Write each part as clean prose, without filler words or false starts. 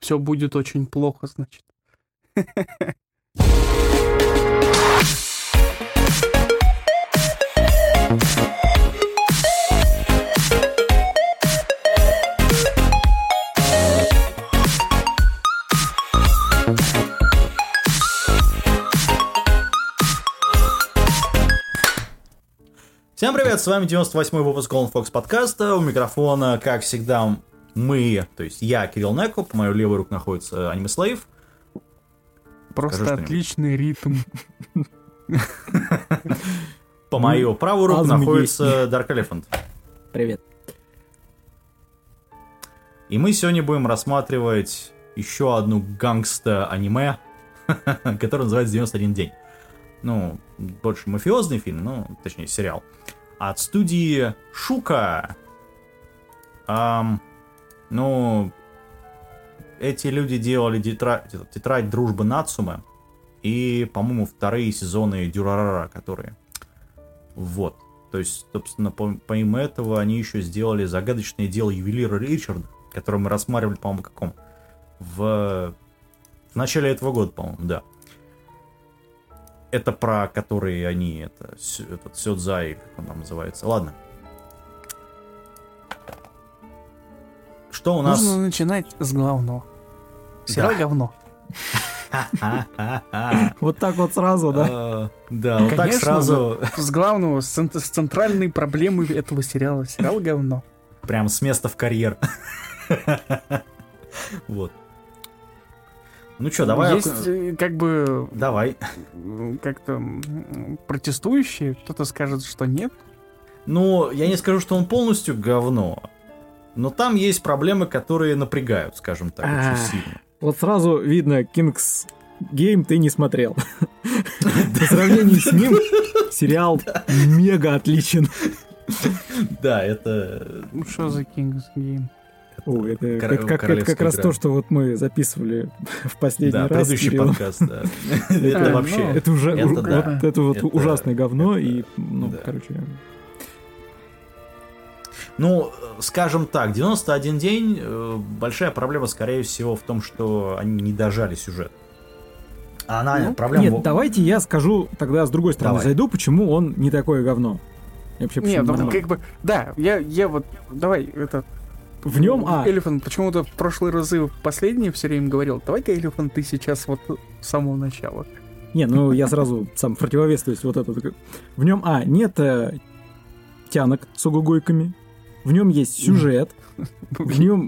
все будет очень плохо, значит. Всем привет, с вами 98-й выпуск Golden Fox подкаста. У микрофона, как всегда, мы, то есть я, Кирилл Неко, по моей левой руке находится Anime Slave. Просто Скажи отличный ритм. По мою правую руку находится Dark Elephant. Привет. И мы сегодня будем рассматривать еще одну гангста-аниме, которое называется «91 день». Ну, больше мафиозный фильм, ну, точнее, сериал. От студии Шука. Ну, эти люди делали тетрадь дружбы Нацумэ и, по-моему, вторые сезоны Дюрарара, которые... Вот. То есть, собственно, помимо этого, они еще сделали загадочное дело ювелира Ричарда, которое мы рассматривали, по-моему, каком? В начале этого года, по-моему, да. Это про которые они, этот Сёдзай, как он там называется. Ладно. Что у нас... Нужно начинать с главного. Сериал говно. Вот так вот сразу, да? Да, вот так сразу. С главного, с центральной проблемы этого сериала. Сериал говно. Прям с места в карьер. Вот. Ну что, давай... Есть как бы... Давай. Как-то протестующие. Кто-то скажет, что нет. Ну, я не скажу, что он полностью говно. Но там есть проблемы, которые напрягают, скажем так, очень сильно. Вот сразу видно, King's Game ты не смотрел. По сравнению с ним сериал мега отличен. Да, это... Ну что за King's Game? О, это как раз то, что вот мы записывали в последний раз. Да, предыдущий подкаст, да. Это вообще... Это уже это вот ужасное говно и, ну, короче... Ну, скажем так, 91 день, большая проблема, скорее всего, в том, что они не дожали сюжет. Проблема... Нет, давайте я скажу тогда с другой стороны зайду, почему он не такое говно. Нет, как бы... Да, я вот... Давай, это... В нем, Элефант почему-то в прошлые разы последние все время говорил, давай-ка, Элефант, ты сейчас вот с самого начала. Не, ну я сразу сам противовес, то есть вот это. В нем, нет тянок с угугойками, в нем есть сюжет, в нем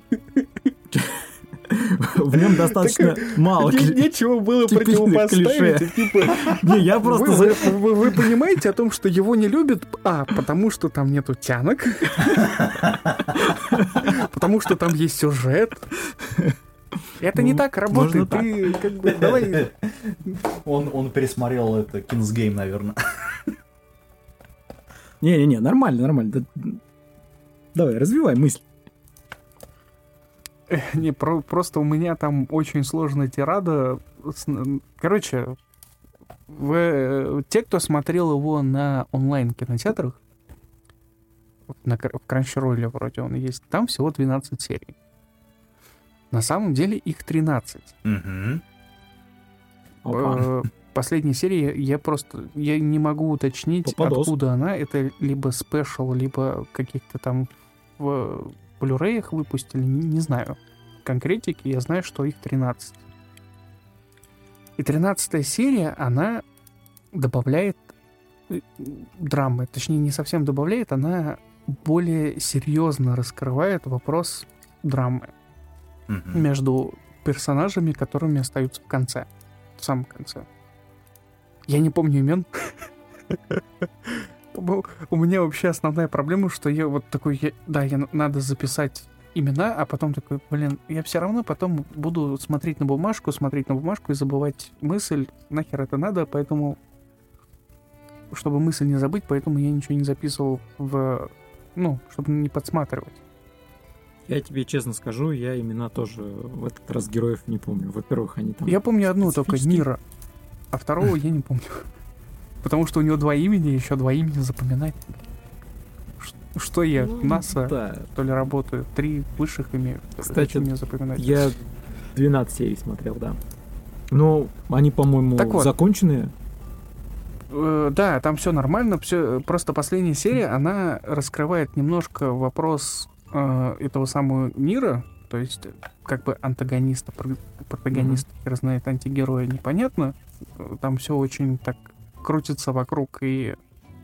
достаточно мало нечего было противопоставить. Не, я просто... Вы понимаете о том, что его не любят, потому что там нету тянок, потому что там есть сюжет. Это не так работает. Ты как бы давай... Он пересмотрел это King's Game, наверное. Не, нормально. Давай, развивай мысль. Не, просто у меня там очень сложная тирада. Короче, те, кто смотрел его на онлайн-кинотеатрах, в Crunchyroll вроде он есть, там всего 12 серий. На самом деле их 13. Последняя серия, я не могу уточнить, откуда она. Это либо спешл, либо каких-то там в Blu-ray выпустили, не знаю конкретики, я знаю, что их 13. И 13-я серия, она добавляет драмы, точнее, не совсем добавляет, она более серьезно раскрывает вопрос драмы между персонажами, которыми остаются в самом конце. Я не помню имен. У меня вообще основная проблема, что я вот такой, надо записать имена, а потом такой, я все равно потом буду смотреть на бумажку и забывать мысль, нахер это надо, поэтому, чтобы мысль не забыть, поэтому я ничего не записывал чтобы не подсматривать. Я тебе честно скажу, я имена тоже в этот раз героев не помню. Во-первых, они там... Я помню одну только, Нира, а второго я не помню. Потому что у него 2 имени, еще 2 имени запоминать. Что я, НАСА, да. то ли работаю, 3 высших имею. Кстати, мне запоминать. Я 12 серий смотрел, да. Но они, по-моему, законченные. Да, там все нормально, все. Просто последняя серия, она раскрывает немножко вопрос этого самого Нира, то есть как бы антагониста, протагониста, хер знает, антигероя, непонятно. Там все очень так крутится вокруг, и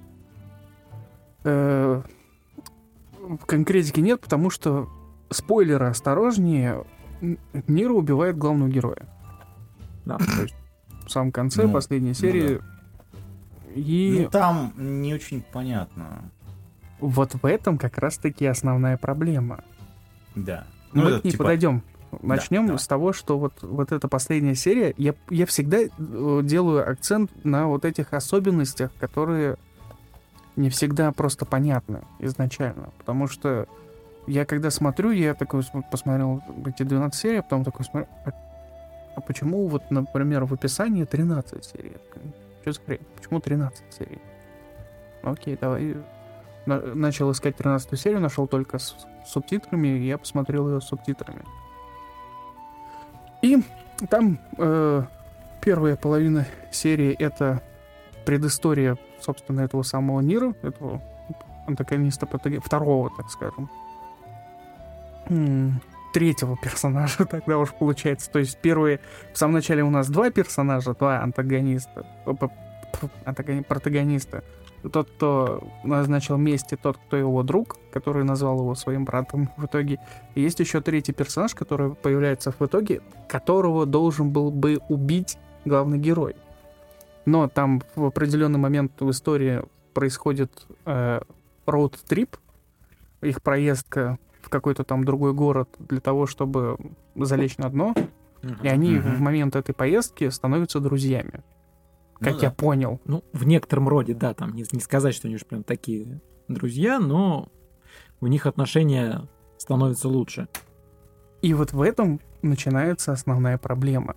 конкретики нет, потому что, спойлеры, осторожнее, Нира убивает главного героя. Да. То есть в самом конце последней серии. да. И там не очень понятно. Вот в этом как раз-таки основная проблема. Да. Мы к ней подойдем. Начнем с того, что вот эта последняя серия, я всегда делаю акцент на вот этих особенностях, которые не всегда просто понятны изначально. Потому что я когда смотрю, я такой посмотрел эти 12 серий, а потом такой смотрю, а почему вот, например, в описании 13 серий? Что за хрень? Почему 13 серий? Окей, давай. Начал искать 13-ю серию, нашел только с субтитрами, и я посмотрел ее с субтитрами. И там первая половина серии — это предыстория, собственно, этого самого Нира, этого антагониста, второго, так скажем. Третьего персонажа тогда уж получается. То есть в самом начале у нас два персонажа, два антагониста, протагониста. Тот, кто назначил мести, тот, кто его друг, который назвал его своим братом в итоге. И есть еще третий персонаж, который появляется в итоге, которого должен был бы убить главный герой. Но там в определенный момент в истории происходит роуд-трип, их проездка в какой-то там другой город для того, чтобы залечь на дно. И они в момент этой поездки становятся друзьями. Как я понял. Ну, в некотором роде, да, там не сказать, что они уж прям такие друзья, но у них отношения становятся лучше. И вот в этом начинается основная проблема.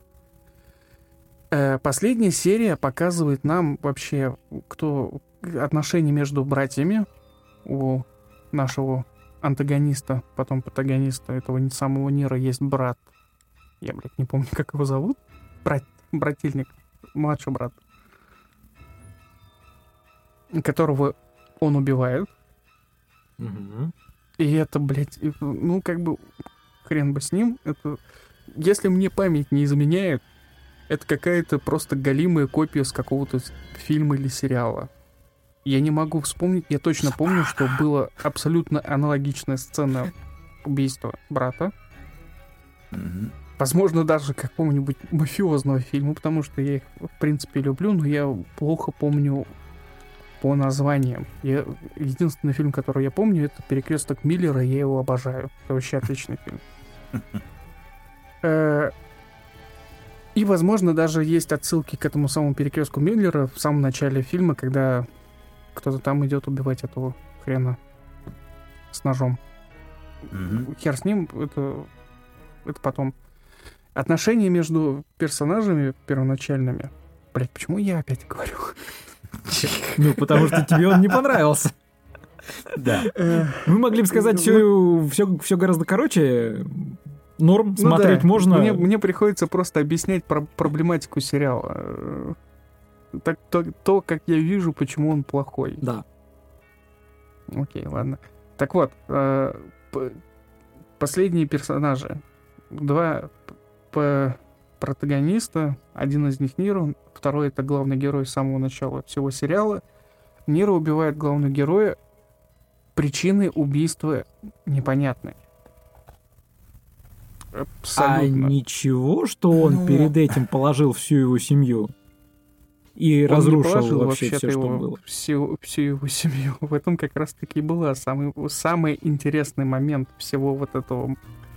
Последняя серия показывает нам вообще, отношения между братьями у нашего антагониста, потом протагониста этого самого Нира есть брат. Я, не помню, как его зовут. Брательник. Младший брат, которого он убивает. И это, хрен бы с ним. Это, если мне память не изменяет, это какая-то просто голимая копия с какого-то фильма или сериала. Я не могу вспомнить, я точно помню, что была абсолютно аналогичная сцена убийства брата. Возможно, даже какого-нибудь мафиозного фильма, потому что я их, в принципе, люблю, но я плохо помню по названиям. Единственный фильм, который я помню, это «Перекресток Миллера», я его обожаю. Это вообще отличный фильм. И, возможно, даже есть отсылки к этому самому «Перекрестку Миллера» в самом начале фильма, когда кто-то там идет убивать этого хрена с ножом. Хер с ним, это потом. Отношения между персонажами первоначальными. Почему я опять говорю? Ну, потому что тебе он не понравился. Да. Мы могли бы сказать все гораздо короче. Норм, смотреть можно. Мне приходится просто объяснять проблематику сериала. То, как я вижу, почему он плохой. Да. Окей, ладно. Так вот, последние персонажи. Два протагониста, один из них Нира, второй — это главный герой с самого начала всего сериала. Нира убивает главного героя, причины убийства непонятны. Абсолютно. А ничего, что он перед этим положил всю его семью и разрушил вообще все, что было? Всю его семью. В этом как раз-таки и была самый интересный момент всего вот этого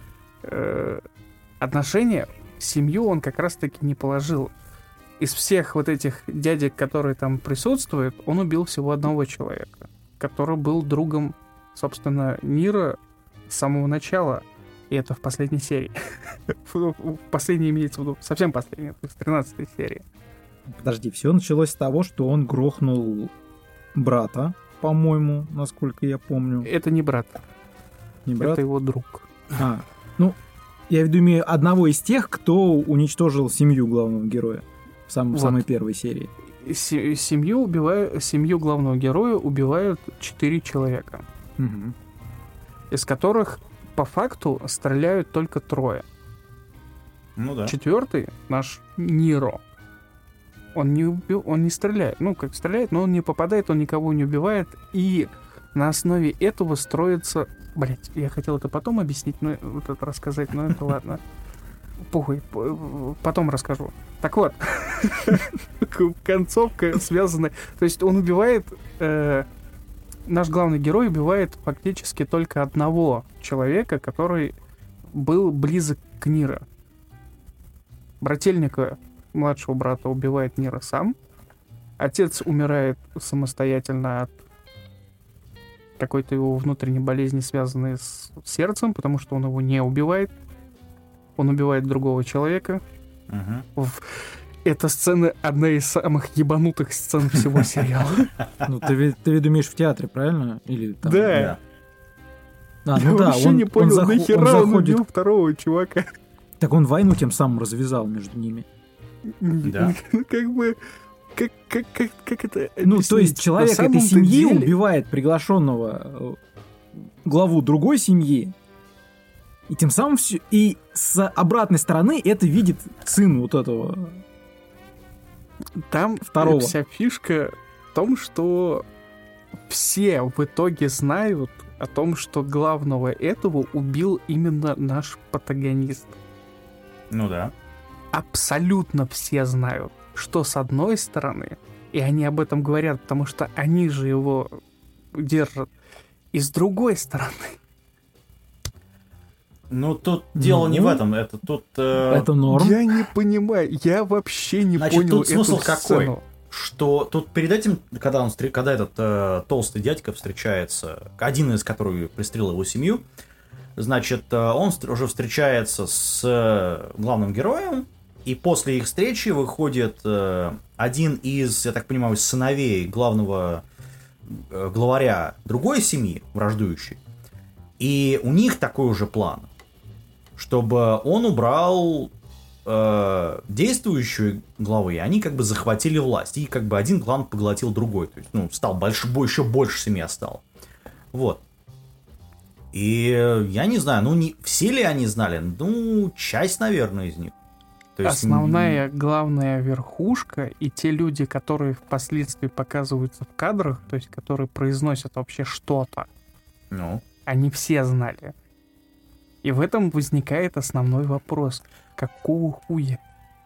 отношения. Семью он как раз-таки не положил. Из всех вот этих дядек, которые там присутствуют, он убил всего одного человека, который был другом, собственно, Нира с самого начала. И это в последней серии. В последней имеется в виду, совсем последней, то есть 13-й серии. Подожди, все началось с того, что он грохнул брата, по-моему, насколько я помню. Это не брат. Не брат? Это его друг. Я имею одного из тех, кто уничтожил семью главного героя в самой первой серии. Семью главного героя убивают 4 человека. Угу. Из которых по факту стреляют только 3. Ну да. 4-й наш Ниро. Он не стреляет. Ну, как стреляет, но он не попадает, он никого не убивает. И на основе этого строится... Блять, я хотел это потом объяснить, но вот это рассказать, но это ладно. Похуй, потом расскажу. Так вот, концовка связана... То есть он убивает... Наш главный герой убивает фактически только одного человека, который был близок к Ниро. Брательника младшего брата убивает Ниро сам. Отец умирает самостоятельно от какой-то его внутренней болезни, связанной с сердцем, потому что он его не убивает. Он убивает другого человека. Эта сцена одна из самых ебанутых сцен всего сериала. Ну, ты ведь умеешь в театре, правильно? Или там... Да. Я вообще не понял, нахера он убил второго чувака. Так он войну тем самым развязал между ними. Да. Как бы... Как это объяснить? Ну, то есть человек этой семьи убивает приглашенного главу другой семьи, и тем самым все... И с обратной стороны это видит сын вот этого там второго. Вся фишка в том, что все в итоге знают о том, что главного этого убил именно наш протагонист. Ну да. Абсолютно все знают, что с одной стороны, и они об этом говорят, потому что они же его держат, и с другой стороны. Ну, тут дело не в этом, это тут... Это норм. Я не понимаю, я вообще не понял тут смысл эту какой? сцену. Что тут перед этим, когда этот толстый дядька встречается, один из которых пристрелил его семью, значит, он уже встречается с главным героем, и после их встречи выходит один из, я так понимаю, сыновей главного главаря другой семьи, враждующей, и у них такой уже план, чтобы он убрал действующие главы, они как бы захватили власть, и как бы один клан поглотил другой, то есть, ну, стал еще больше семья стало. Вот. И я не знаю, ну, не все ли они знали, ну, часть, наверное, из них. То есть... Основная, главная верхушка и те люди, которые впоследствии показываются в кадрах, то есть которые произносят вообще что-то, ну, они все знали. И в этом возникает основной вопрос. Какого хуя?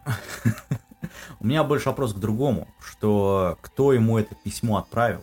У меня больше вопрос к другому, что кто ему это письмо отправил?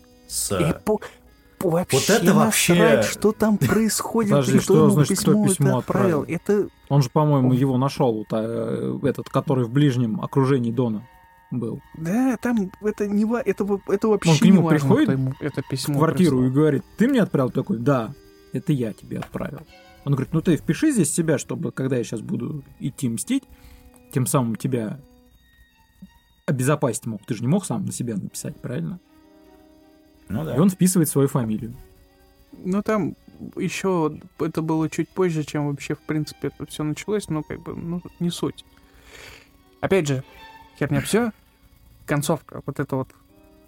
Вот это вообще... Что там происходит? Подожди, что значит, кто письмо отправил? Это... Он же, по-моему, его нашел, этот, который в ближнем окружении Дона был. Да, там это не это вообще он к нему не важно, приходит ему это письмо в квартиру прислал. И говорит: ты мне отправил? Такой: да, это я тебе отправил. Он говорит: ну ты впиши здесь себя, чтобы когда я сейчас буду идти мстить, тем самым тебя обезопасить мог. Ты же не мог сам на себя написать, правильно? Ну да. И он вписывает свою фамилию. Ну там еще это было чуть позже, чем вообще в принципе это все началось, но как бы, ну, не суть. Опять же, херня все. Концовка, вот это вот.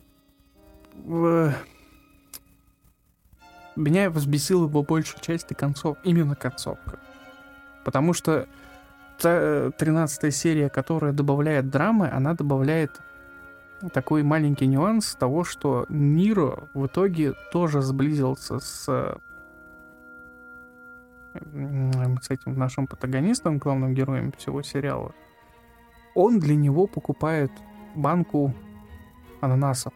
Меня взбесила по большей части именно концовка. Потому что 13-я серия, которая добавляет драмы, она добавляет такой маленький нюанс того, что Ниро в итоге тоже сблизился с этим нашим протагонистом, главным героем всего сериала. Он для него покупает банку ананасов.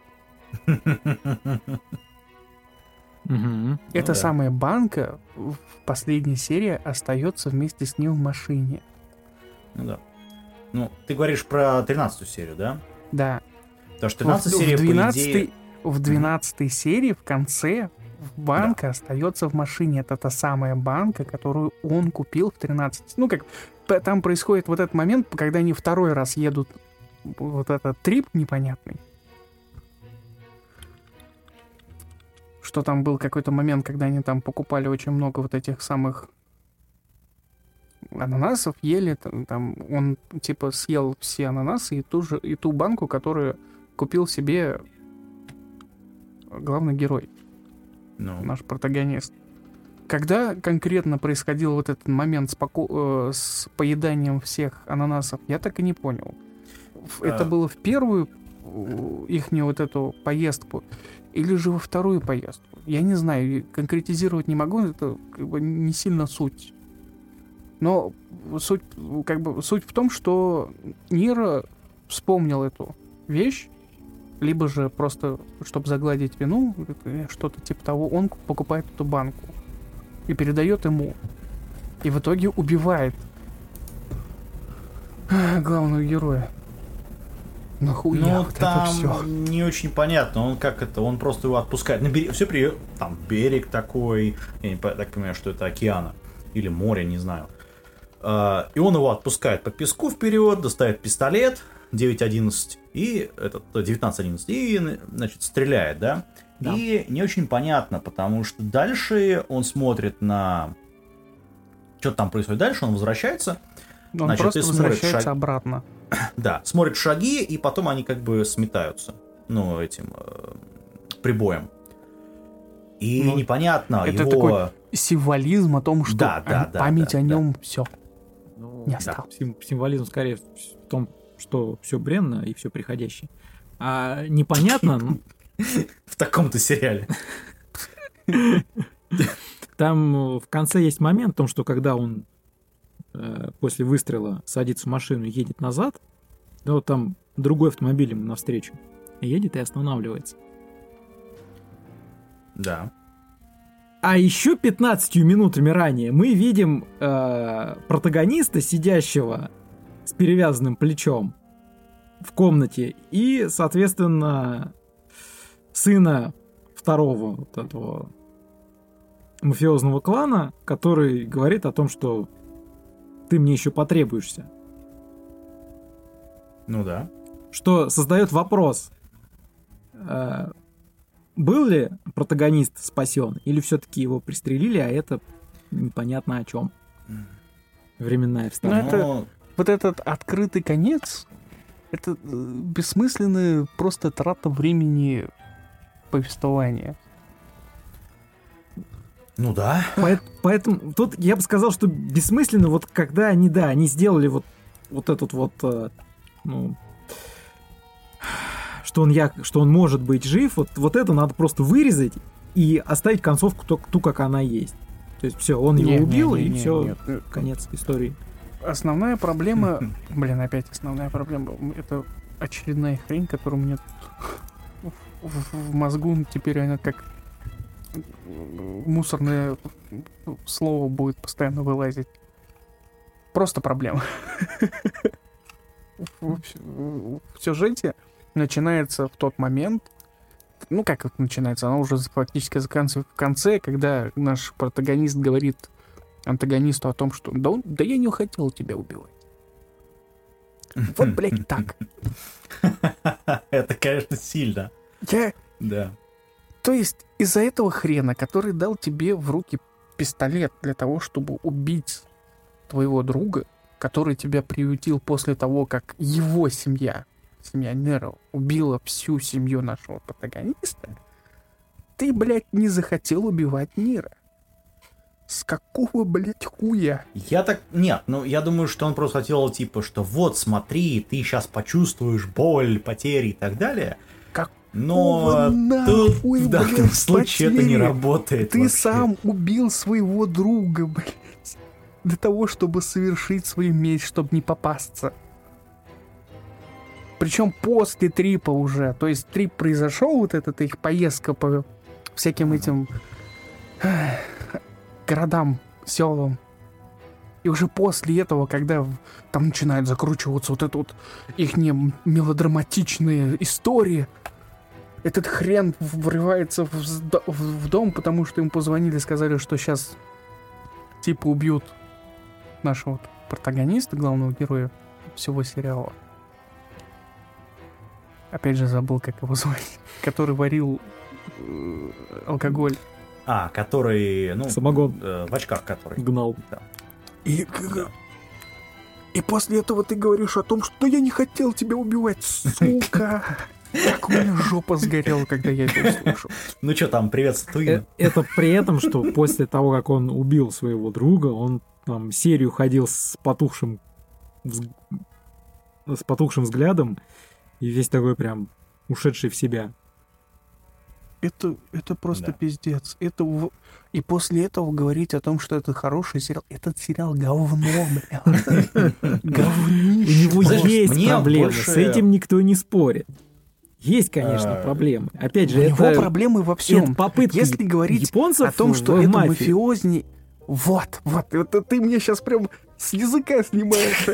Эта самая банка в последней серии остается вместе с ним в машине. Ну да. Ну, ты говоришь про 13-ю серию, да? Да. Потому что 13-я серия, по идее... В 12-й серии в конце банка остается в машине. Это та самая банка, которую он купил в 13. Ну, как там происходит вот этот момент, когда они второй раз едут вот этот трип непонятный. Что там был какой-то момент, когда они там покупали очень много вот этих самых ананасов ели, там он типа съел все ананасы и ту банку, которую купил себе главный герой, наш протагонист. Когда конкретно происходил вот этот момент с поеданием всех ананасов, я так и не понял. Это было в первую ихнюю вот эту поездку или же во вторую поездку? Я не знаю, конкретизировать не могу, это как бы не сильно суть. Но суть в том, что Ниро вспомнил эту вещь, либо же просто, чтобы загладить вину, что-то типа того, он покупает эту банку и передает ему. И в итоге убивает главного героя. Нахуя вот там это все? Не очень понятно. Он как это? Он просто его отпускает. Все там берег такой. Я не так понимаю, что это океана. Или море, не знаю. И он его отпускает по песку вперед, достает пистолет 9.11 и 19.11 и, значит, стреляет, да? И не очень понятно, потому что дальше он смотрит на... Что там происходит дальше, он возвращается. Он значит, просто возвращается обратно. Да, смотрит шаги, и потом они как бы сметаются. Этим прибоем. И непонятно это его... такой символизм о том, что память о нем все не осталось. Символизм скорее в том, что все бренно и все приходящее. А непонятно... В таком-то сериале. Там в конце есть момент в том, что когда он после выстрела садится в машину и едет назад, вот там другой автомобиль ему навстречу едет и останавливается. Да. А еще 15 минутами ранее мы видим протагониста, сидящего с перевязанным плечом в комнате, и, соответственно, сына второго вот этого мафиозного клана, который говорит о том, что ты мне еще потребуешься. Ну да. Что создает вопрос, был ли протагонист спасен, или все-таки его пристрелили, а это непонятно о чем. Временная вставка. Вот этот открытый конец, это бессмысленная просто трата времени повествования. Ну да. Поэтому тут я бы сказал, что бессмысленно, вот когда они сделали вот этот вот, что он может быть жив, вот это надо просто вырезать и оставить концовку ту, как она есть. То есть все, он его убил, и все, конец истории. Основная проблема, основная проблема, это очередная хрень, которая у меня в мозгу теперь она как мусорное слово будет постоянно вылазить. Просто проблема. В сюжете начинается в тот момент, как это начинается, она уже фактически в конце, когда наш протагонист говорит антагонисту о том, что да я не хотел тебя убивать. Вот, блядь, так. Это, конечно, сильно. Да. То есть из-за этого хрена, который дал тебе в руки пистолет для того, чтобы убить твоего друга, который тебя приютил после того, как его семья Неро, убила всю семью нашего протагониста, ты, блядь, не захотел убивать Ниро. С какого, блядь, хуя? Нет, я думаю, что он просто хотел, типа, что вот, смотри, ты сейчас почувствуешь боль, потери и так далее. Но тут в данном случае это не работает. Ты сам убил своего друга, блядь, для того, чтобы совершить свою месть, чтобы не попасться. Причем после трипа уже. То есть трип произошел, вот эта их поездка по всяким этим городам, селам. И уже после этого, когда там начинает закручиваться вот эта вот их мелодраматичная история, этот хрен врывается в дом, потому что ему позвонили, сказали, что сейчас типа убьют нашего протагониста, главного героя всего сериала. Опять же забыл, как его звать. Который варил алкоголь. Который, самогон. В очках который. Гнал. Да. И после этого ты говоришь о том, что я не хотел тебя убивать, сука. Как у меня жопа сгорела, когда я это услышал. Ну что там, приветствую. Это при этом, что после того, как он убил своего друга, он там серию ходил с потухшим взглядом и весь такой прям ушедший в себя. Это просто пиздец. И после этого говорить о том, что это хороший сериал. Этот сериал говно, бля. Говнище. У него есть проблемы, с этим никто не спорит. Есть, конечно, проблемы. Опять же, у него проблемы во всем. Попытка если говорить о том, что это мафиозни... Вот, ты мне сейчас прям с языка снимаешь.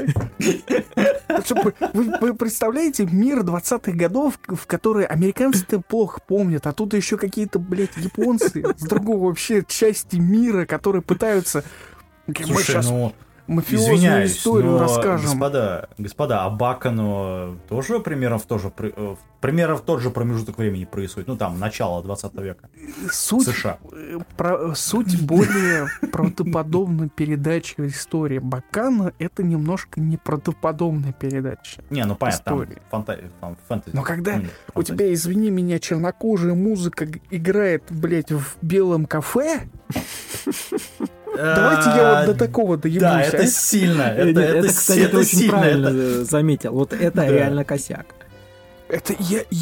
Вы представляете мир 20-х годов, в который американцы-то плохо помнят, а тут еще какие-то, блядь, японцы с другой вообще части мира, которые пытаются... Слушай, мафиозную историю расскажем. Господа, а Бакано тоже примерно в тот же промежуток времени происходит. Ну, там, начало 20 века. США. Суть более правдоподобной передачи истории. Бакано — это немножко неправдоподобная передача. Не, ну понятно, там фэнтези. Но когда у тебя, извини меня, чернокожая музыка играет, блядь, в белом кафе... Давайте я вот до такого доебусь. Да, это сильно. Это, кстати, ты очень правильно заметил. Вот это реально косяк. Это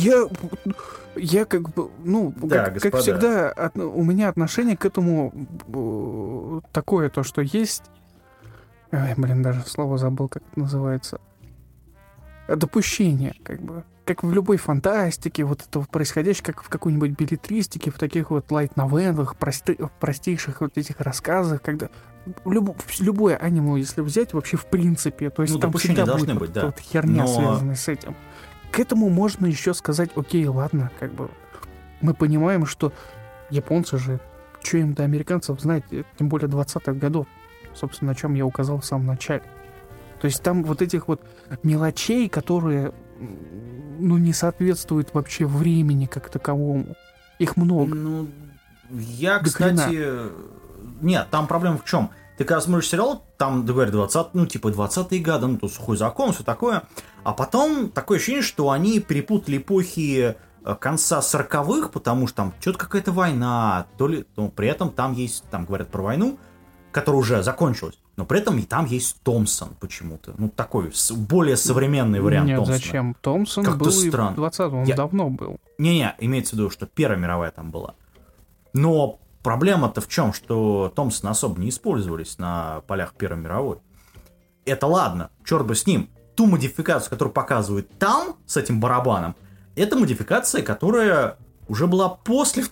я как бы, ну, как всегда, у меня отношение к этому такое, то, что есть... Ой, блин, даже слово забыл, как это называется. Допущение, как бы. Как в любой фантастике, вот этого происходящего, как в какой-нибудь беллетристике, в таких вот лайт-новеллах, простейших вот этих рассказах, когда любое аниме, если взять, вообще в принципе, то есть там всегда будет быть, да. Вот херня, связанная с этим. К этому можно еще сказать, окей, ладно, как бы мы понимаем, что японцы же, что им до американцев знать, тем более 20-х годов, собственно, о чем я указал в самом начале. То есть там вот этих вот мелочей, которые, ну, не соответствуют вообще времени как таковому. Их много. Ну, кстати... Нет, там проблема в чем? Ты когда смотришь сериал, там, говорят, 20-е годы, ну, тут сухой закон, все такое. А потом такое ощущение, что они перепутали эпохи конца 40-х, потому что там что-то какая-то война, то ли... Но при этом там есть, там говорят про войну, которая уже закончилась. Но при этом и там есть Томпсон почему-то. Ну, такой более современный вариант Томпсона. Нет, зачем? Томпсон как-то был странно. И в 20-м, он давно был. Не-не, имеется в виду, что Первая мировая там была. Но проблема-то в чем? Что Томпсоны особо не использовались на полях Первой мировой. Это ладно, черт бы с ним. Ту модификацию, которую показывают там, с этим барабаном, это модификация, которая уже была после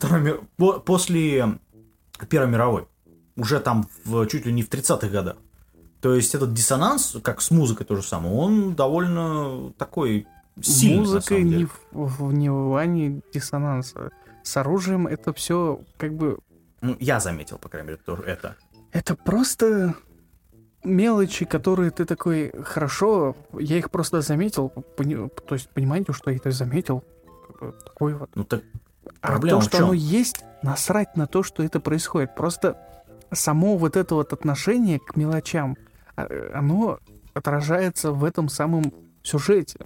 Первой мировой. Уже там чуть ли не в 30-х годах. То есть этот диссонанс, как с музыкой то же самое, он довольно такой сильный. Музыка не в плане диссонанса. С оружием это все как бы... Ну, я заметил, по крайней мере, тоже это. Это просто мелочи, которые ты такой, хорошо, я их просто заметил. То есть понимаете, что я это заметил. Такой вот. Ну так проблема в том, что оно есть, насрать на то, что это происходит. Просто само вот это вот отношение к мелочам, оно отражается в этом самом сюжете.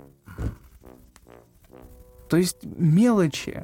То есть мелочей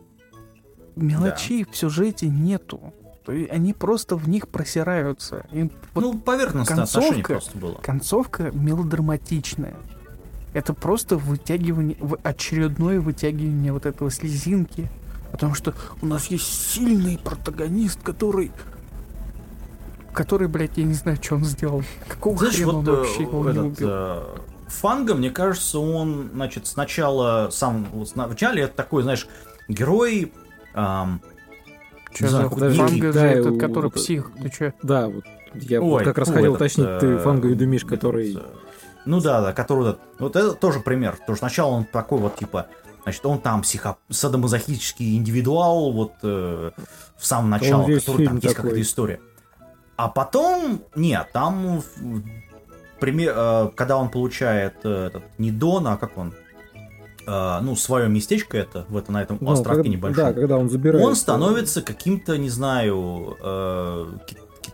в сюжете нету. То есть они просто в них просираются. И вот поверхностное отношение просто было. Концовка мелодраматичная. Это просто очередное вытягивание вот этого слезинки. Потому что у нас есть сильный протагонист, который, блядь, я не знаю, что он сделал. Какого хрена он вообще его не убил? Фанга, мне кажется, он, значит, сначала вначале это такой, знаешь, герой... Что за Фанга же этот, который псих? Ты чё? Да, вот я как раз хотел уточнить, ты Фанга видумишь, который... Ну да, который... Вот это тоже пример. Потому что сначала он такой вот, типа... Значит, он там садомазохический индивидуал, вот в самом начале, который там есть какая-то история. А потом, нет, там, когда он получает не Дон, а как он, свое местечко на этом островке небольшом. Да, когда он забирает. Он становится каким-то, не знаю,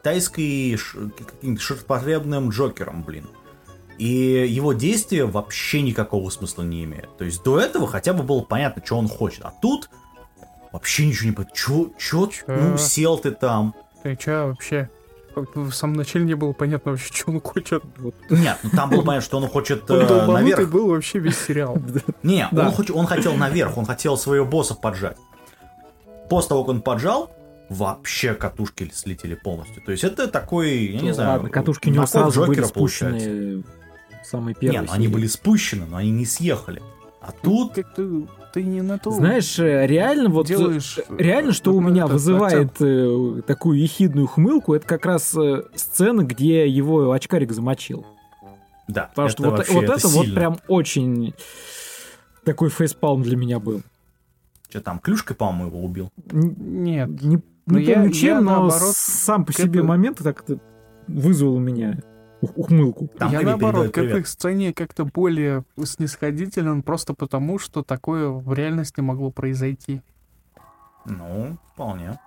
китайской каким-то ширпотребным Джокером, блин. И его действия вообще никакого смысла не имеют. То есть до этого хотя бы было понятно, что он хочет. А тут вообще ничего не понятно. Чё? Ну, сел ты там. Ты чё вообще? В самом начале не было понятно вообще, что он хочет. Нет, ну там было понятно, что он хочет наверх. наверх. Был вообще весь сериал. Не, он хотел наверх, он хотел своего босса поджать. После того, как он поджал, вообще катушки слетели полностью. То есть это такой, я не знаю... Ладно, катушки у него сразу были спущены самые первые. Не, они были спущены, но они не съехали. А тут... Как-то ты не на то. Знаешь, реально вот... Реально, что у меня вызывает такую ехидную хмылку, это как раз сцена, где его очкарик замочил. Да. Потому что вот это вот прям очень такой фейспалм для меня был. Что там, клюшкой, по-моему, его убил? Нет. Не помню чем, но наоборот, сам по себе момент так-то вызвал у меня ухмылку. Там я наоборот, к этой сцене как-то более снисходителен, просто потому, что такое в реальности могло произойти. Ну, вполне.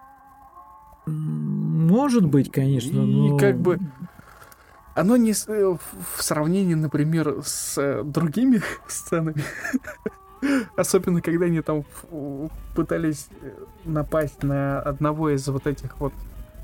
Может быть, конечно, и но... как бы оно не в сравнении, например, с другими сценами. Особенно, когда они там пытались напасть на одного из вот этих вот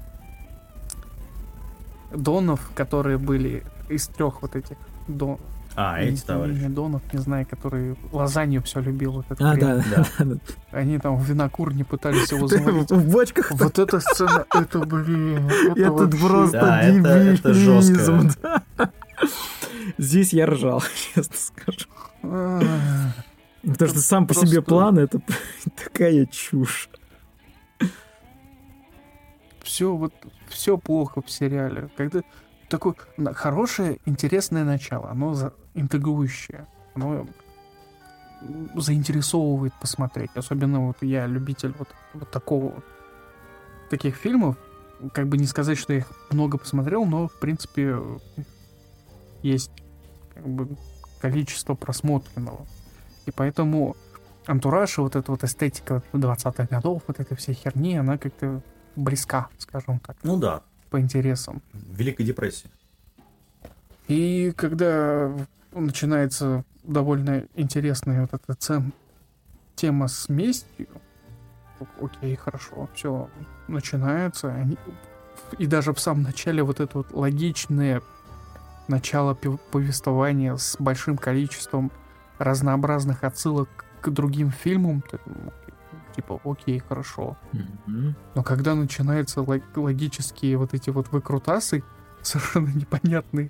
донов, которые были из 3 вот этих донов. Эти товарищи. Не донов, не знаю, который лазанью все любил. Вот да. Они там в винокурне пытались его завалить. В бочках. Вот эта сцена, это, блин. Это просто дебилизм. Здесь я ржал, честно скажу. Потому что сам по себе план — это такая чушь. Все плохо в сериале. Когда такое хорошее, интересное начало, оно интригующее, оно заинтересовывает посмотреть. Особенно вот я любитель вот таких фильмов. Как бы не сказать, что я их много посмотрел, но в принципе есть как бы количество просмотренного. И поэтому антураж и вот эта вот эстетика 20-х годов, вот этой всей херни, она как-то близка, скажем так. Ну да. По интересам. Великой депрессии. И когда начинается довольно интересная вот эта тема с местью, окей, хорошо, все начинается. И даже в самом начале вот это вот логичное начало повествования с большим количеством разнообразных отсылок к другим фильмам, типа, окей, хорошо. Но когда начинаются логические вот эти вот выкрутасы, совершенно непонятные.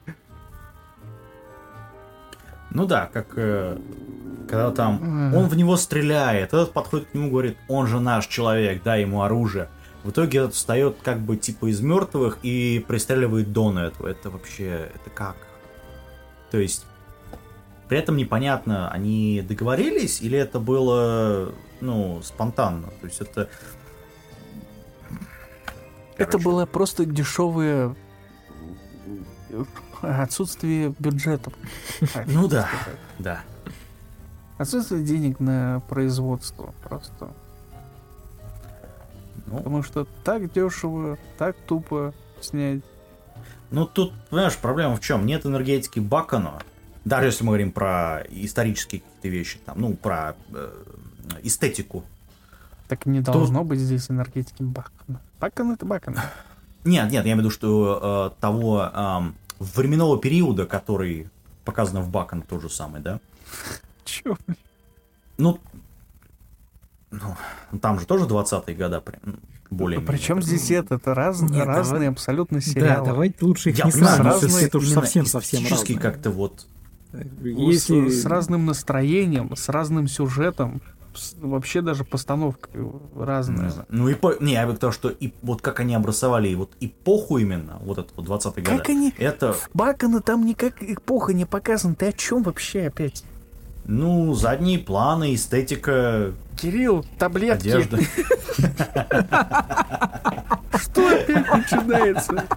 Ну да, как когда там он в него стреляет, этот подходит к нему и говорит, он же наш человек, дай ему оружие. В итоге этот встает как бы типа из мертвых и пристреливает Дона этого. Это вообще, это как? То есть при этом непонятно, они договорились или это было, спонтанно. То есть это... Это было просто дешевое отсутствие бюджетов. Ну да, да. Отсутствие денег на производство просто. Потому что так дешево, так тупо снять. Ну тут, понимаешь, проблема в чем? Нет энергетики Бакана. Даже если мы говорим про исторические какие-то вещи, там, про эстетику. Так не должно быть здесь энергетики Бакана. Бакан — это Бакан. Нет, я имею в виду, что того временного периода, который показан в Бакан, тот же самый, да? Чё? Там же тоже 20-е года, более. Причем здесь это разные абсолютно сериалы. Да, давайте лучше их не сравнивать, это уж совсем разные. Как-то вот... С разным настроением, с разным сюжетом, вообще даже постановка разная. Я бы сказал, что и вот как они обрисовали и вот эпоху именно, вот эту вот 20-е годы. Как они... Бакана там никак эпоха не показана. Ты о чем вообще опять? Задние планы, эстетика... Кирилл, таблетки. Одежда. Что опять начинается?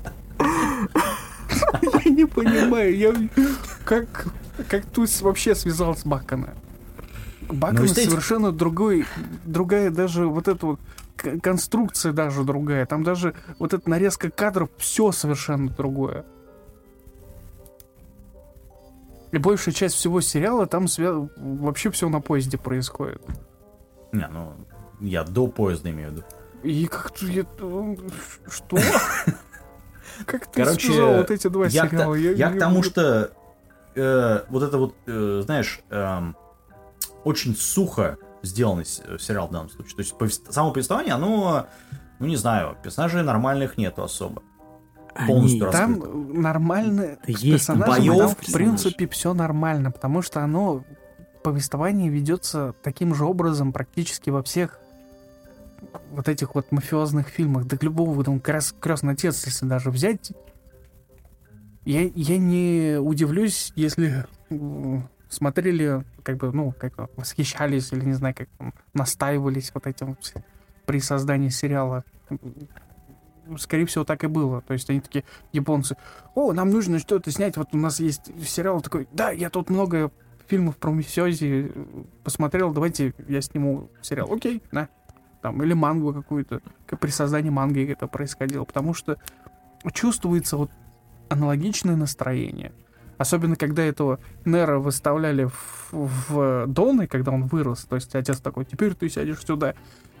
Я не понимаю, как ты вообще связал с Бакана? Бакана совершенно другая, даже вот эта вот конструкция даже другая. Там даже вот эта нарезка кадров, все совершенно другое. И большая часть всего сериала там вообще все на поезде происходит. Не, ну, я до поезда имею в виду. И как-то что? Как ты Короче, связал вот эти два сериала? Я к тому, что вот это вот, знаешь, очень сухо сделанный сериал в данном случае. То есть само повествование, оно, ну не знаю, персонажей нормальных нету особо. Полностью раскрыто. Там нормально с есть персонажами, там в принципе все нормально, потому что оно, повествование ведется таким же образом практически во всех вот этих вот мафиозных фильмах. Да любого там «Крестный отец», если даже взять, я не удивлюсь, если смотрели, как бы, ну, как восхищались или, не знаю, как там, настаивались вот этим при создании сериала. Скорее всего, так и было. То есть они такие, японцы, о, нам нужно что-то снять, вот у нас есть сериал такой, да, я тут много фильмов про мафиози посмотрел, давайте я сниму сериал. Окей, да. Там, или мангу какую-то, как при создании манги это происходило, потому что чувствуется вот аналогичное настроение. Особенно, когда этого Нера выставляли в Доны, когда он вырос, то есть отец такой, теперь ты сядешь сюда.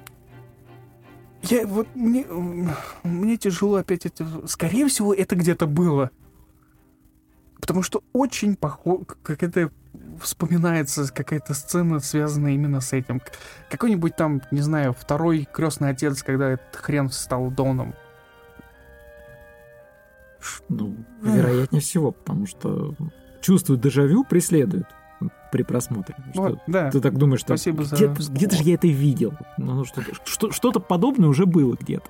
Мне тяжело опять это... Скорее всего, это где-то было. Потому что очень похоже, как это вспоминается, какая-то сцена, связанная именно с этим. Какой-нибудь там, не знаю, второй «Крестный отец», когда этот хрен стал Доном. Ну, вероятнее всего, потому что чувствует дежавю, преследует при просмотре. Вот, да. Ты так думаешь, что где-то же я это видел. Ну, что-то подобное уже было где-то.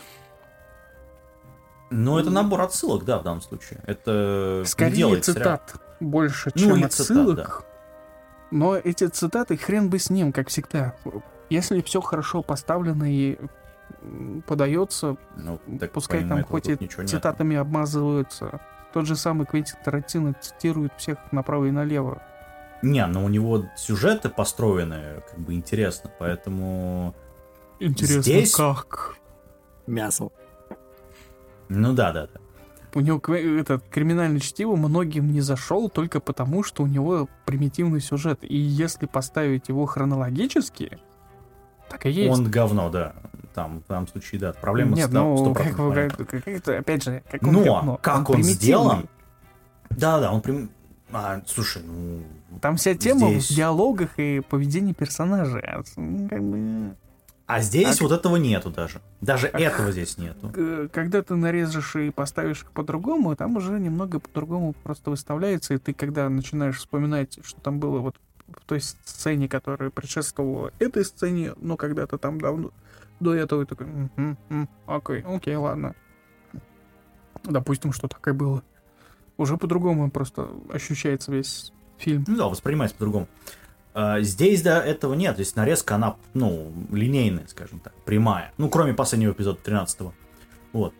Ну, это набор отсылок, да, в данном случае. Это скорее цитат больше, чем отсылок. Цитат, да. Но эти цитаты, хрен бы с ним, как всегда. Если все хорошо поставлено и подается, ну, пускай там хоть и цитатами обмазываются. Тот же самый Квентин Тарантино цитирует всех направо и налево. Не, но у него сюжеты построены как бы интересно, поэтому... Интересно, здесь... как? Мясо. Ну да. У него этот криминальное чтиво многим не зашел только потому, что у него примитивный сюжет. И если поставить его хронологически, так и есть. Он говно, да. Там, в данном случае, да. Проблема нет, с 100%. Как опять же, как он но говно. Как он сделан... Да, он слушай, ну... Там вся тема в диалогах и поведении персонажей. А здесь вот этого нету даже. Даже этого здесь нету. Когда ты нарежешь и поставишь их по-другому, там уже немного по-другому просто выставляется, и ты, когда начинаешь вспоминать, что там было вот в той сцене, которая предшествовала этой сцене, но когда-то там давно до этого, такой, окей, ладно. Допустим, что так и было. Уже по-другому просто ощущается весь фильм. Ну да, воспринимается по-другому. Здесь, да, этого нет. Здесь нарезка, она, ну, линейная, скажем так, прямая. Ну, кроме последнего эпизода 13-го. Вот.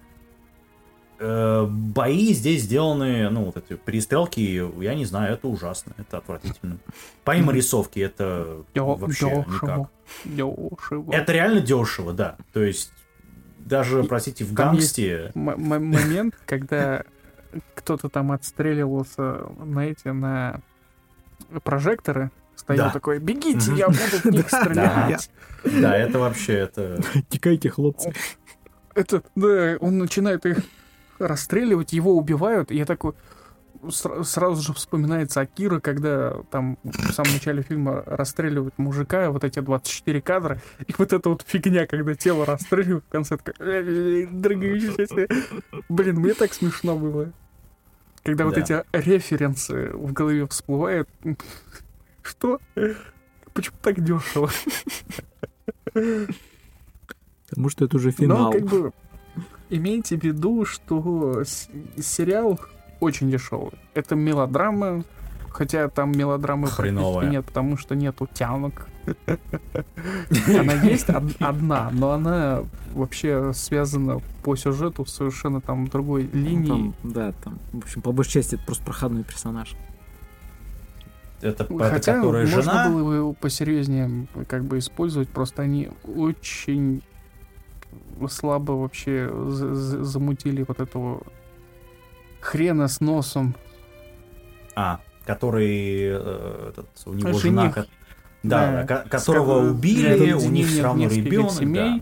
Бои здесь сделаны, ну, вот эти перестрелки, я не знаю, это ужасно, это отвратительно. Помимо рисовки, это вообще никак. Дешево. Это реально дешево, да. То есть, даже, простите, в гангсте... Момент, когда кто-то там отстреливался на прожекторы, стоял такой, бегите, я буду в них стрелять. Да, это вообще, это... Текайте, хлопцы. Это, да, он начинает их расстреливать, его убивают, и я такой... Сразу же вспоминается Акира, когда там в самом начале фильма расстреливают мужика, вот эти 24 кадра, и вот эта вот фигня, когда тело расстреливают, в конце такой... Блин, мне так смешно было. Когда вот эти референсы в голове всплывают. Что? Почему так дешево? Потому что это уже финал. Но как бы имейте в виду, что сериал очень дешевый. Это мелодрама, хотя там мелодрамы практически нет, потому что нету тянок. Она есть одна, но она вообще связана по сюжету совершенно там другой линии. Да, там, в общем, по большей части это просто проходной персонаж. Хотя которая можно жена. было его посерьезнее как бы использовать, просто они очень слабо вообще замутили вот этого хрена с носом. Который у него жених. жена, да, которого убили, у них все равно ребенок. Семей,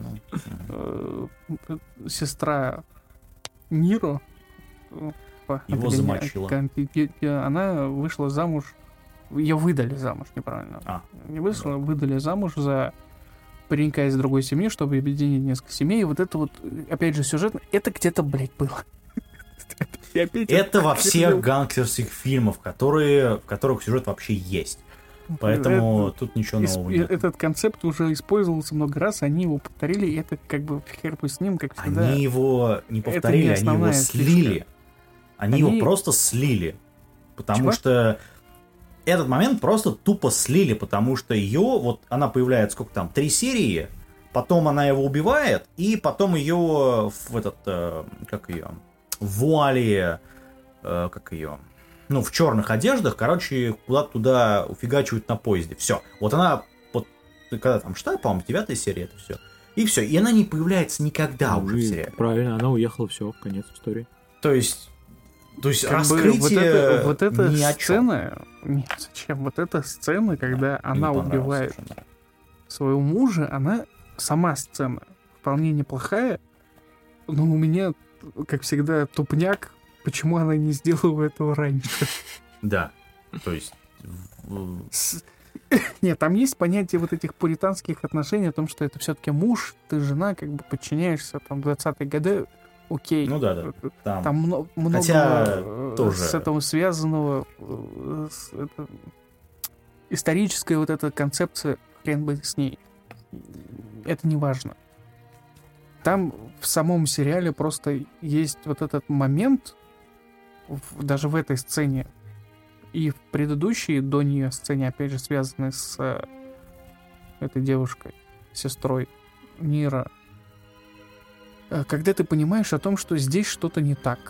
сестра Ниро его замочила. Она вышла замуж, ее выдали замуж, неправильно. Не вышла, выдали замуж за паренька из другой семьи, чтобы объединить несколько семей. И вот это вот, опять же, сюжетно, это где-то, блядь, было. Это во всех гангстерских фильмах, в которых сюжет вообще есть. Поэтому тут ничего нового нет. Этот концепт уже использовался много раз, они его повторили, и это как бы хер бы с ним, как всегда. Они его не повторили, они его слили. Они его просто слили. Потому что этот момент просто тупо слили, потому что ее, вот она появляется, сколько там, 3 серии, потом она его убивает, и потом ее в этот, как ее, в вуале, как ее, ну, в черных одеждах, короче, куда-то туда уфигачивают на поезде. Все. Вот она, вот, когда там, что, по-моему, 9 серия, это все. И все. И она не появляется никогда уже в сериале. Правильно, она уехала, все, конец истории. То есть раскрытие вот эта ни о чем. сцена, нет, зачем? Вот эта сцена, когда она убивает своего мужа, она сама сцена вполне неплохая, но у меня, как всегда, тупняк, почему она не сделала этого раньше. Да, то есть... Нет, там есть понятие вот этих пуританских отношений о том, что это все-таки муж, ты жена, как бы подчиняешься, там, 20-е годы, окей. Ну да. Там много тоже... с этого связанного, историческая вот эта концепция, хрен бы с ней. Это не важно. Там в самом сериале просто есть вот этот момент, даже в этой сцене, и в предыдущей до нее сцене, опять же, связанной с этой девушкой, сестрой Ниро, когда ты понимаешь о том, что здесь что-то не так.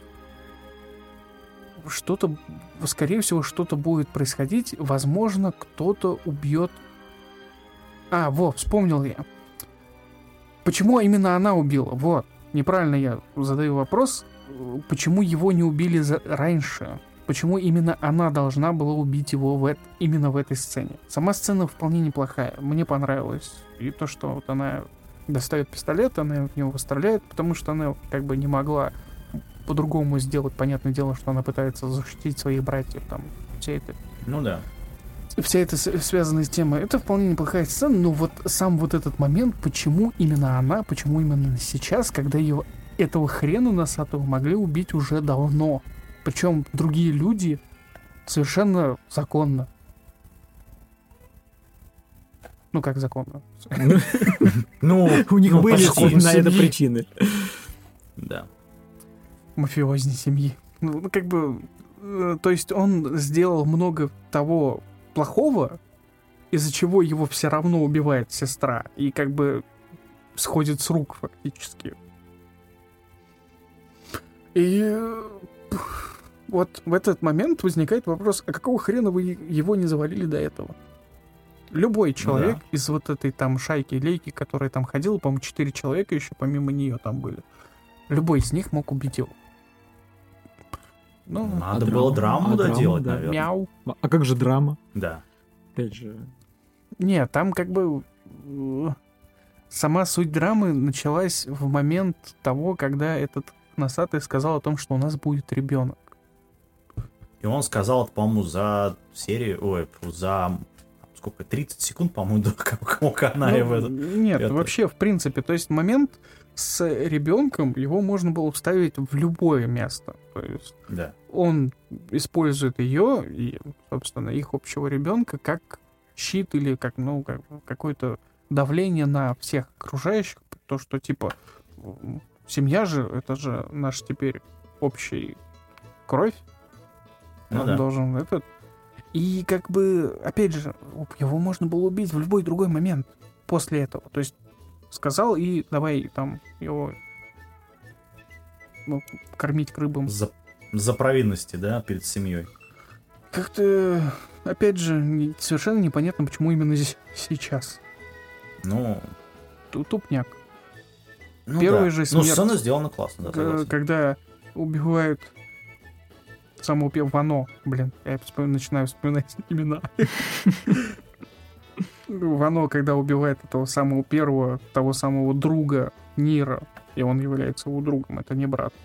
Что-то, скорее всего, что-то будет происходить. Возможно, кто-то убьет... вспомнил я. Почему именно она убила? Вот, неправильно я задаю вопрос. Почему его не убили раньше? Почему именно она должна была убить его именно в этой сцене? Сама сцена вполне неплохая. Мне понравилось. И то, что вот она достает пистолет, она в него стреляет, потому что она как бы не могла по-другому сделать. Понятное дело, что она пытается защитить своих братьев. Там, все это... Ну да. Вся эта связанная тема, это вполне неплохая сцена, но вот сам вот этот момент, почему именно она, почему именно сейчас, когда этого хрена носатого могли убить уже давно. Причем другие люди совершенно законно. Ну, как законно? Ну, у них были на это причины. Да. Мафиозней семьи. Ну, как бы... То есть он сделал много того плохого, из-за чего его все равно убивает сестра. И как бы сходит с рук фактически. И вот в этот момент возникает вопрос, а какого хрена вы его не завалили до этого? Любой человек из вот этой там шайки-лейки, которая там ходила, по-моему, 4 человека еще помимо нее там были. Любой из них мог убить его. Ну, надо было драму доделать, да. наверное. Мяу. А как же драма? Да. Опять же... Нет, там как бы... Сама суть драмы началась в момент того, когда этот носатый сказал о том, что у нас будет ребенок. И он сказал это, по-моему, за серию... за... Сколько? 30 секунд, по-моему, до канала в этом. Нет, вообще, в принципе, то есть момент с ребенком, его можно было вставить в любое место. То есть он использует ее и, собственно, их общего ребенка как щит или как, какое-то давление на всех окружающих. То, что, типа, семья же, это же наш теперь общий кровь. Он должен этот... И как бы, опять же, его можно было убить в любой другой момент после этого. То есть сказал и давай там его кормить рыбам. За провинности, да, перед семьей. Как-то, опять же, совершенно непонятно, почему именно здесь сейчас. Ну... Тупняк. Ну, Первая да. же смерть... Ну, сцена сделана классно, да, когда убивают самого первого Вано, блин, я начинаю вспоминать имена. Вано, когда убивает этого самого первого, того самого друга Нира, и он является его другом, это не брат.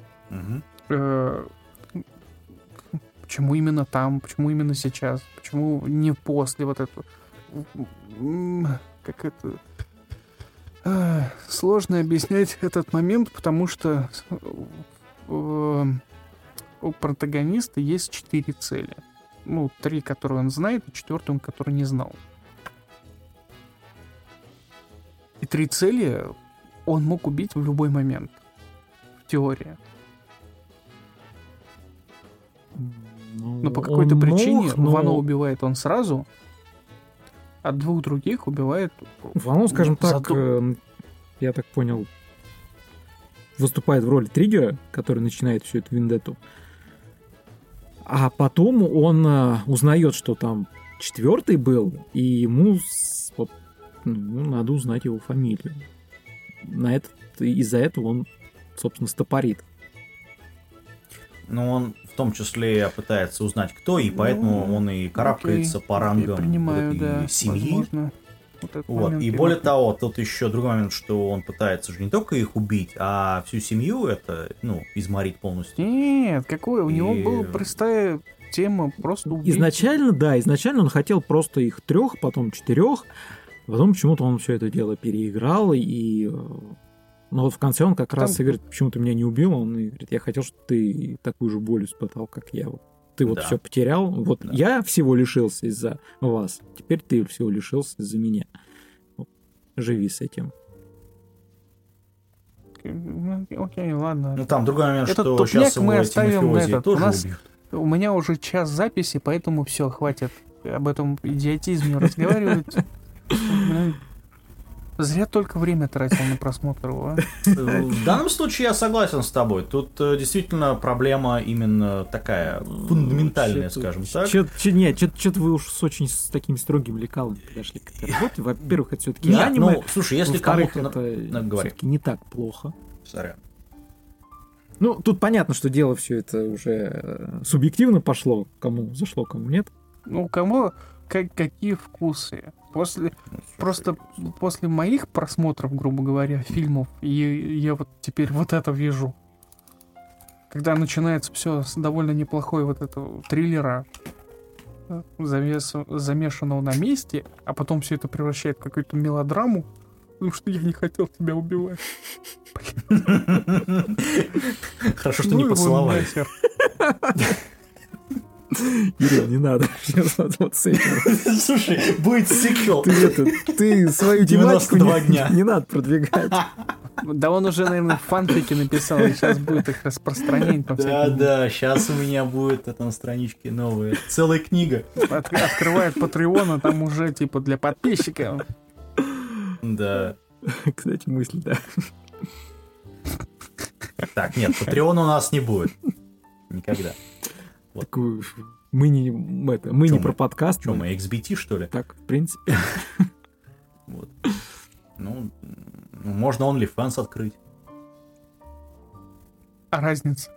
Почему именно там, почему именно сейчас, почему не после вот этого? Как это... Сложно объяснять этот момент, потому что у протагониста есть 4 цели. Ну, 3, которые он знает, и 4, который не знал. И 3 цели он мог убить в любой момент. В теории. Но по какой-то причине Вано убивает он сразу, а 2 других убивает... Вано, скажем так, я так понял, выступает в роли триггера, который начинает всю эту вендетту. А потом он узнает, что там 4 был, и ему надо узнать его фамилию. Из-за этого он, собственно, стопорит. Ну, он в том числе пытается узнать, кто, и поэтому он и карабкается по рангам семьи. Вот. И более того, тут еще другой момент, что он пытается же не только их убить, а всю семью это, изморить полностью. Нет, какое? У него была простая тема просто убить. Изначально он хотел просто их 3, потом 4, потом почему-то он все это дело переиграл, и... Но вот в конце он как раз и говорит, почему ты меня не убил? Он говорит, я хотел, чтобы ты такую же боль испытал, как я. Ты вот все потерял. Вот я всего лишился из-за вас. Теперь ты всего лишился из-за меня. Вот. Живи с этим. Окей, ладно. Ну там другой момент, этот что сейчас мы оставим этот. Тоже у меня уже час записи, поэтому все, хватит об этом идиотизме разговаривать. Зря только время тратил на просмотр его. В данном случае я согласен с тобой. Тут действительно проблема именно такая фундаментальная, скажем так. Что-то вы уж с такими строгими лекалами подошли к этой работе. Во-первых, это все-таки аниме. Ну, слушай, если кому-то... это все-таки не так плохо. Сорян. Ну, тут понятно, что дело все это уже субъективно пошло. Кому зашло, кому нет. Ну, кому... Какие вкусы. После моих просмотров, грубо говоря, фильмов, я вот теперь вот это вижу. Когда начинается все с довольно неплохой вот этого триллера, замешанного на месте, а потом все это превращает в какую-то мелодраму, потому что я не хотел тебя убивать. Хорошо, что не поцеловали. Кирилл, не надо сейчас вот с этим. Слушай, будет сиквел. Ты свою тематику не надо продвигать. Да он уже, наверное, фанфики написал, и сейчас будет их распространять по всяким. Да, сейчас у меня будет на страничке новая целая книга. Открывает Patreon, а там уже типа для подписчиков. Да. Кстати, мысль, да. Так, нет, Patreon у нас не будет. Никогда. Вот. Мы не про подкаст. Что, мы XBT, что ли? Так, в принципе. Вот. Ну, можно OnlyFans открыть. А разница?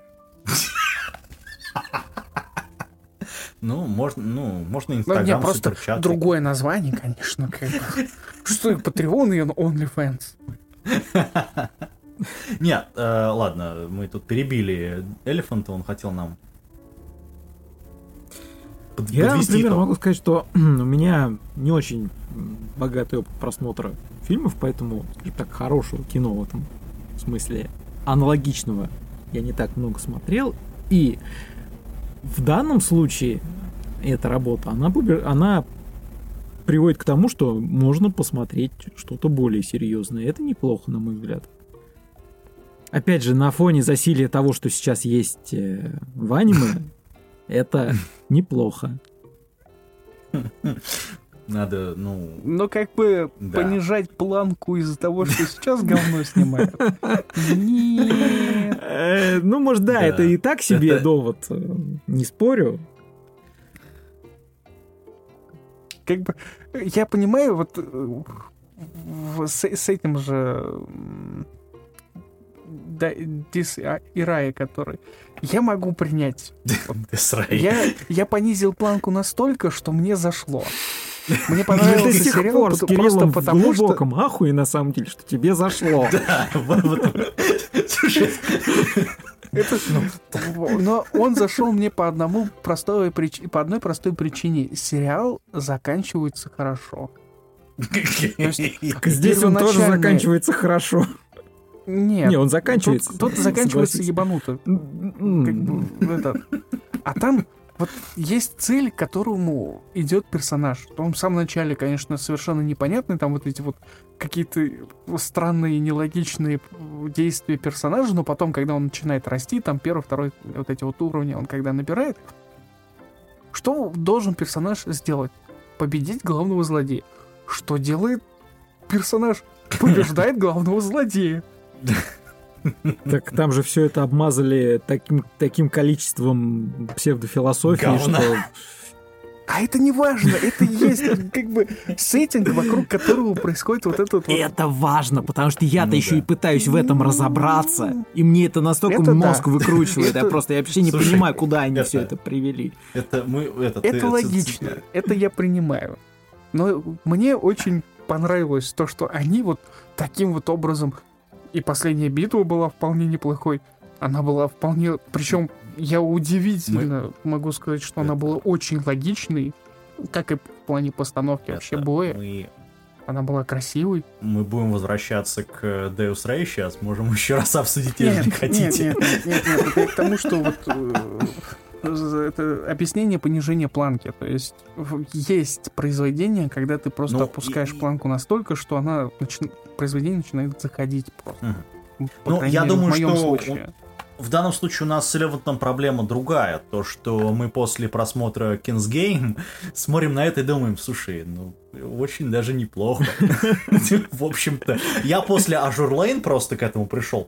Можно Инстаграм, просто суперчат. Другое название, конечно. Что, Patreon и OnlyFans? Нет, ладно, мы тут перебили Элефанта, он хотел нам я, например, могу сказать, что у меня не очень богатый опыт просмотра фильмов, поэтому, скажем так, хорошего кино в этом смысле аналогичного я не так много смотрел. И в данном случае эта работа, она приводит к тому, что можно посмотреть что-то более серьезное. Это неплохо, на мой взгляд. Опять же, на фоне засилия того, что сейчас есть в аниме, это неплохо. Надо, Но как бы понижать планку из-за того, что сейчас говно снимают. Нет. Ну, может, да, это и так себе довод, не спорю. как бы, я понимаю, вот с этим же Дисрайя, который я могу принять. Я понизил планку настолько, что мне зашло. Мне понравился сериал просто потому, что... в глубоком ахуе, на самом деле, что тебе зашло. Да, слушай... Но он зашел мне по одной простой причине. Сериал заканчивается хорошо. Здесь он тоже заканчивается хорошо. Нет. Не, он заканчивается. Тут заканчивается ебануто. А там вот есть цель, к которому идет персонаж. Он в самом начале, конечно, совершенно непонятный. Там вот эти вот какие-то странные, нелогичные действия персонажа, но потом, когда он начинает расти, там первый, второй, вот эти вот уровни, он когда набирает, что должен персонаж сделать? Победить главного злодея. Что делает персонаж? Побеждает главного злодея. Так там же все это обмазали таким количеством псевдофилософии, что... А это не важно, это есть как бы сеттинг, вокруг которого происходит вот этот вот... Это важно, потому что я-то еще и пытаюсь в этом разобраться, и мне это настолько мозг выкручивает, я вообще не понимаю, куда они все это привели. Это логично, это я принимаю. Но мне очень понравилось то, что они вот таким вот образом... И последняя битва была вполне неплохой. Она была вполне... Причем я удивительно могу сказать, что она была очень логичной. Как и в плане постановки вообще боя. Она была красивой. Мы будем возвращаться к Deus Ex сейчас. Можем еще раз обсудить, если хотите. Нет. Это к тому, что вот... Это объяснение понижения планки. То есть есть произведение, когда ты просто опускаешь планку настолько, что она произведение начинает заходить просто. Я думаю, что в данном случае у нас с Элевантом проблема другая. То, что мы после просмотра King's Game смотрим на это и думаем, слушай, очень даже неплохо. В общем-то, я после Azure Lane просто к этому пришел.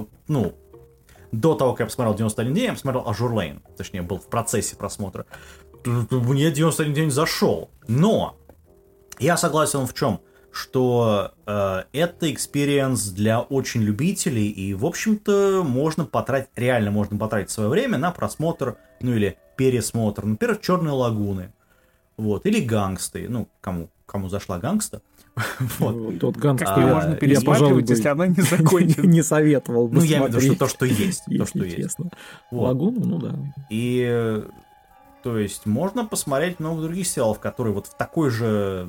До того, как я посмотрел 91 день, я посмотрел Azure Lane. Точнее, был в процессе просмотра. Мне 91 день зашел. Но я согласен в чем? Что это экспириенс для очень любителей. И, в общем-то, реально можно потратить свое время на просмотр, или пересмотр. Например, «Черной лагуны». Вот. Или «Гангсты». Кому зашла «Гангста». Вот. Тот «Гангста» можно пересматривать, если она не закончена. Не советовал бы я имею в виду, что то, что есть. Лагуну, да. И, то есть, можно посмотреть много других сериалов, которые вот в такой же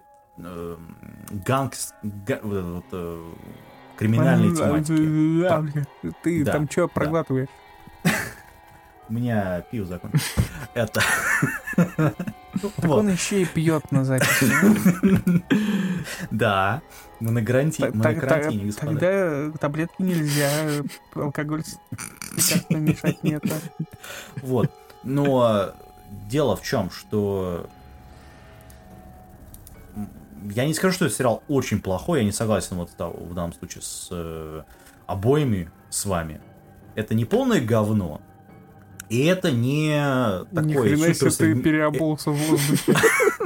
криминальной тематике. Ты там что проглатываешь? У меня пиво закончилось. Это... Так он еще и пьет на записи. Да, мы на карантине, господа. Тогда таблетки нельзя, алкоголь как-то мешать нет. Вот, но дело в чем, что... Я не скажу, что этот сериал очень плохой, я не согласен вот в данном случае с обоими с вами. Это не полное говно, и это не такое... Ни хрена себе ты переобулся в воздухе.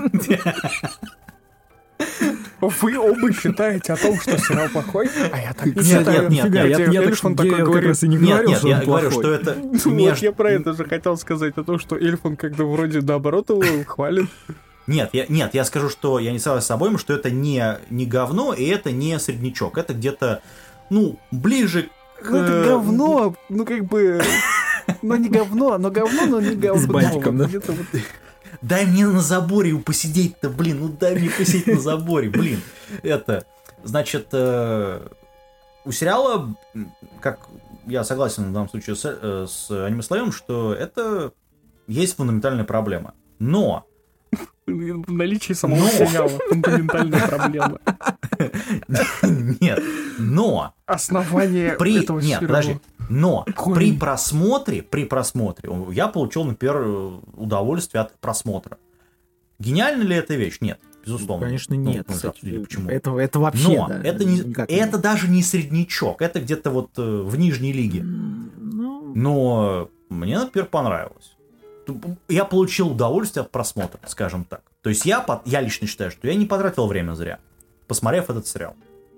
Вы оба считаете о том, что сериал плохой, а я так не считаю. Нет, Эльфон такой говорит. Нет, я говорю, что это... Вот я про это же хотел сказать, о том, что Эльфон когда вроде наоборот его хвалит. Нет, я скажу, что я не согласен с обоим, что это не говно, и это не среднячок. Это где-то, ближе к... это говно, как бы... не говно, но не говно. С бантиком, да? Дай мне на заборе посидеть-то, дай мне посидеть на заборе, Это, значит, у сериала, как я согласен в данном случае с аниме-слоем, что это есть фундаментальная проблема. Но... В наличии самого сериала фундаментальная проблема. Нет, но... Основание этого сериала. Нет, подожди. Но при просмотре я получил, например, удовольствие от просмотра. Гениальна ли эта вещь? Нет, безусловно. Конечно, нет. Почему? Это вообще... Но это даже не среднячок. Это где-то вот в нижней лиге. Но мне, например, понравилось. Я получил удовольствие от просмотра, скажем так. То То есть я лично считаю, что я не потратил время зря, посмотрев этот сериал.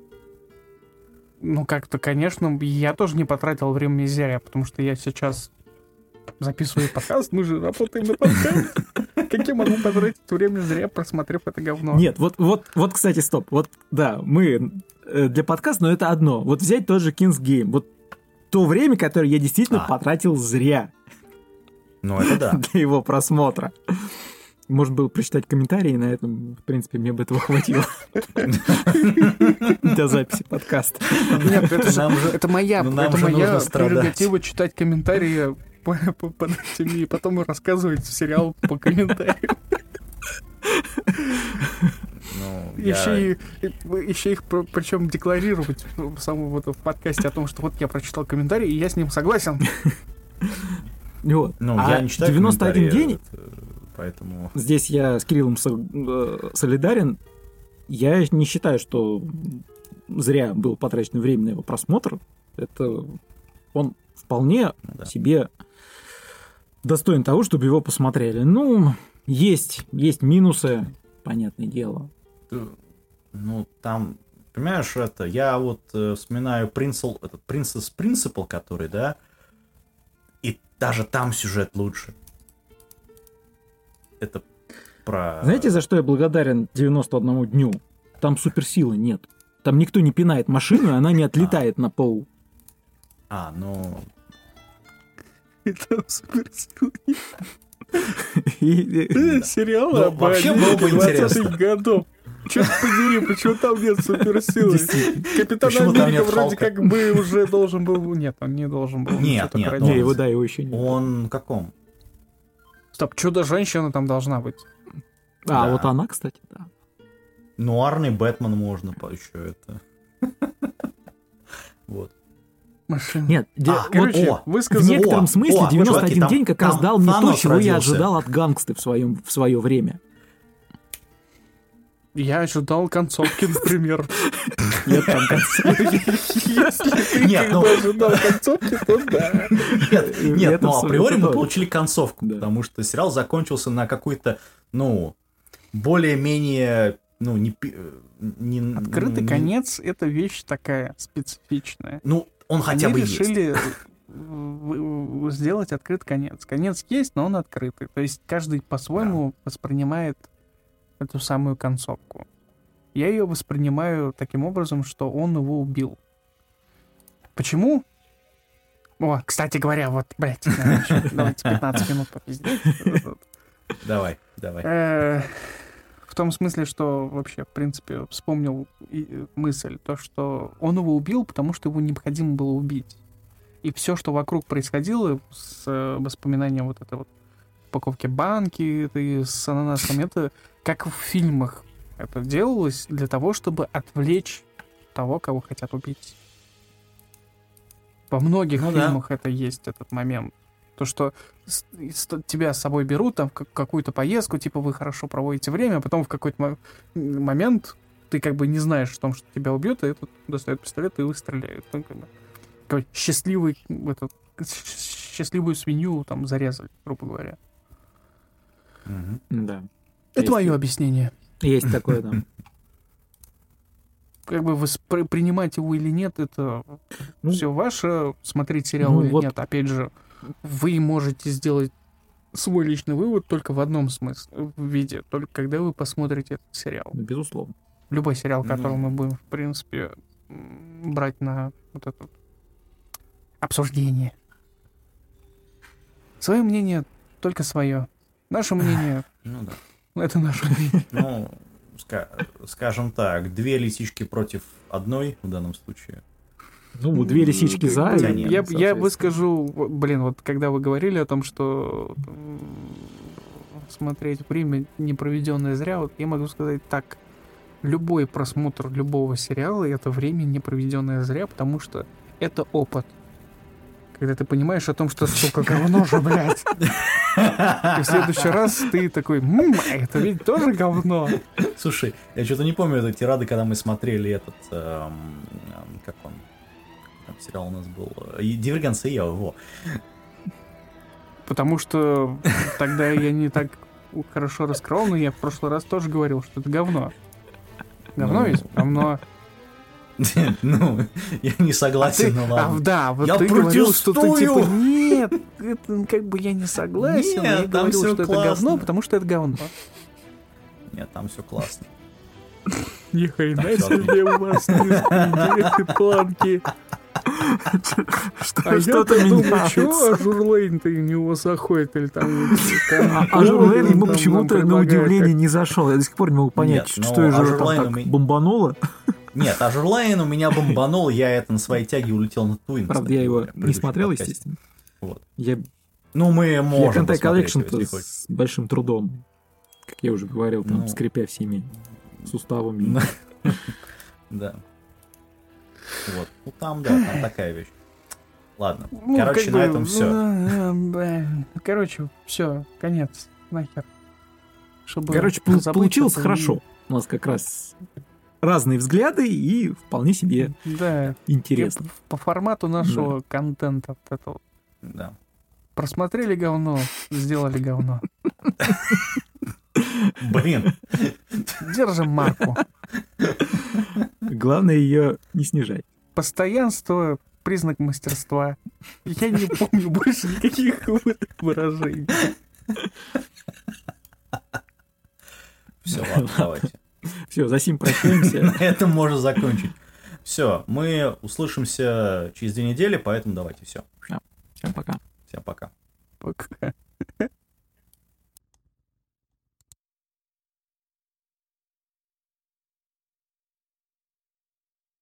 Ну, как-то, конечно, я тоже не потратил время зря, потому что я сейчас записываю подкаст, мы же работаем на подкаст. Как я могу потратить время зря, просмотрев это говно? Нет, вот, кстати, стоп. Вот, да, мы для подкаста, но это одно. Вот взять тот же King's Game. Вот то время, которое я действительно потратил зря. Ну, это да. Для его просмотра. Можно было прочитать комментарии на этом. В принципе, мне бы этого хватило. Для записи подкаста. Нет, это моя прерогатива читать комментарии под этими, и потом рассказывать сериал по комментариям. Еще их причем декларировать в подкасте о том, что вот я прочитал комментарий, и я с ним согласен. Вот. Я не читаю 91 день, поэтому... Здесь я с Кириллом солидарен. Я не считаю, что зря было потрачено время на его просмотр. Это он вполне себе достоин того, чтобы его посмотрели. Ну, есть минусы, понятное дело. Ну, там, понимаешь, я вот вспоминаю Princess Principle, который, да, и даже там сюжет лучше. Это про... Знаете, за что я благодарен 91 дню? Там суперсилы нет. Там никто не пинает машину, и она не отлетает на пол. Ну... Это суперсилы. Сериалы вообще было бы интересно. Годов. Черт подери, почему там нет суперсилы? Капитан Америка вроде как бы уже должен был... Нет, он не должен был. Нет. Его еще нет. Он в каком? Стоп, Чудо-женщина там должна быть. Вот она, кстати, да. Нуарный Бэтмен можно еще это. Вот. Машина. Нет, в некотором смысле 91 день как раз дал мне то, чего я ожидал от гангсты в свое время. Я ожидал концовки, например. Нет там концовки. Если ты ожидал концовки, то да. Нет, но априори мы получили концовку, потому что сериал закончился на какой-то, более-менее, не... Открытый конец — это вещь такая специфичная. Он хотя бы есть. Они решили сделать открытый конец. Конец есть, но он открытый. То есть каждый по-своему воспринимает эту самую концовку. Я ее воспринимаю таким образом, что он его убил. Почему? Кстати говоря, давайте 15 минут попиздеть. Давай. В том смысле, что вообще, в принципе, вспомнил мысль, то, что он его убил, потому что его необходимо было убить. И все, что вокруг происходило, с воспоминанием этой упаковки банки, с ананасом, это как в фильмах это делалось для того, чтобы отвлечь того, кого хотят убить. Во многих фильмах это есть, этот момент. То, что тебя с собой берут там в какую-то поездку, типа вы хорошо проводите время, а потом в какой-то момент ты как бы не знаешь о том, что тебя убьют, и этот достает пистолет и выстреляет. Счастливую свинью там зарезали, грубо говоря. Да. Это мое объяснение. Есть такое, да. Как бы принимать его или нет, это все ваше, смотреть сериал или нет. Опять же, вы можете сделать свой личный вывод только в одном смысле, в виде, только когда вы посмотрите этот сериал. Безусловно. Любой сериал, который мы будем, в принципе, брать на это обсуждение. Свое мнение только свое. Наше мнение... Это наше мнение. Скажем так, 2 лисички против одной в данном случае. 2 лисички за. Я выскажу, когда вы говорили о том, что смотреть время, не проведенное зря, я могу сказать так. Любой просмотр любого сериала — это время, не проведенное зря, потому что это опыт. Когда ты понимаешь о том, что, сука, говно же, блядь. И в следующий раз ты такой, это ведь тоже говно. Слушай, я что-то не помню этой тирады, когда мы смотрели этот, как он, там сериал у нас был, «Дивергенция», его. Потому что тогда я не так хорошо раскрывал, но я в прошлый раз тоже говорил, что это говно. Говно ведь? Говно. Ну, я не согласен, но ладно. Да, вот я ты говорил, что ты типа, протестую! нет, это как бы я не согласен. Нет, Я там говорил, всё что это классно. говно, потому что это говно. Нет, там все классно. Ни хрена себе у вас низкие планки. Что-то я думаю, меняется. что Ажурлейн-то у него заходит, или там... А Журлейн ему там почему-то нам на предлагает, удивление не зашел. Я до сих пор не могу понять, Нет, что ну, из же Ажурлейн там у так меня- бомбануло. Нет, Ажурлейн у меня бомбанул, я это на своей тяге улетел на Twin. Правда, я его не смотрел, естественно. Вот. Я Ну, мы можем Hentai посмотреть Collection его, если хочешь. с большим трудом. Как я уже говорил, там, Ну. скрипя всеми суставами. Да. Вот. Ну там, да, там такая вещь. Ладно. Ну, Короче, как на бы, этом все. Короче, все, конец. Нахер. Чтобы Короче, забыть получилось это и- хорошо. У нас как раз разные взгляды и вполне себе Да. интересно. По формату нашего контента. Вот этого. Да. Просмотрели говно, сделали говно. Блин. Держим марку. Главное ее не снижать. Постоянство — признак мастерства. Я не помню больше никаких выражений. Все, ладно, давайте. Все, за сим прощаемся. На этом можно закончить. Все, мы услышимся через 2 недели, поэтому давайте все. Всем пока. Всем пока.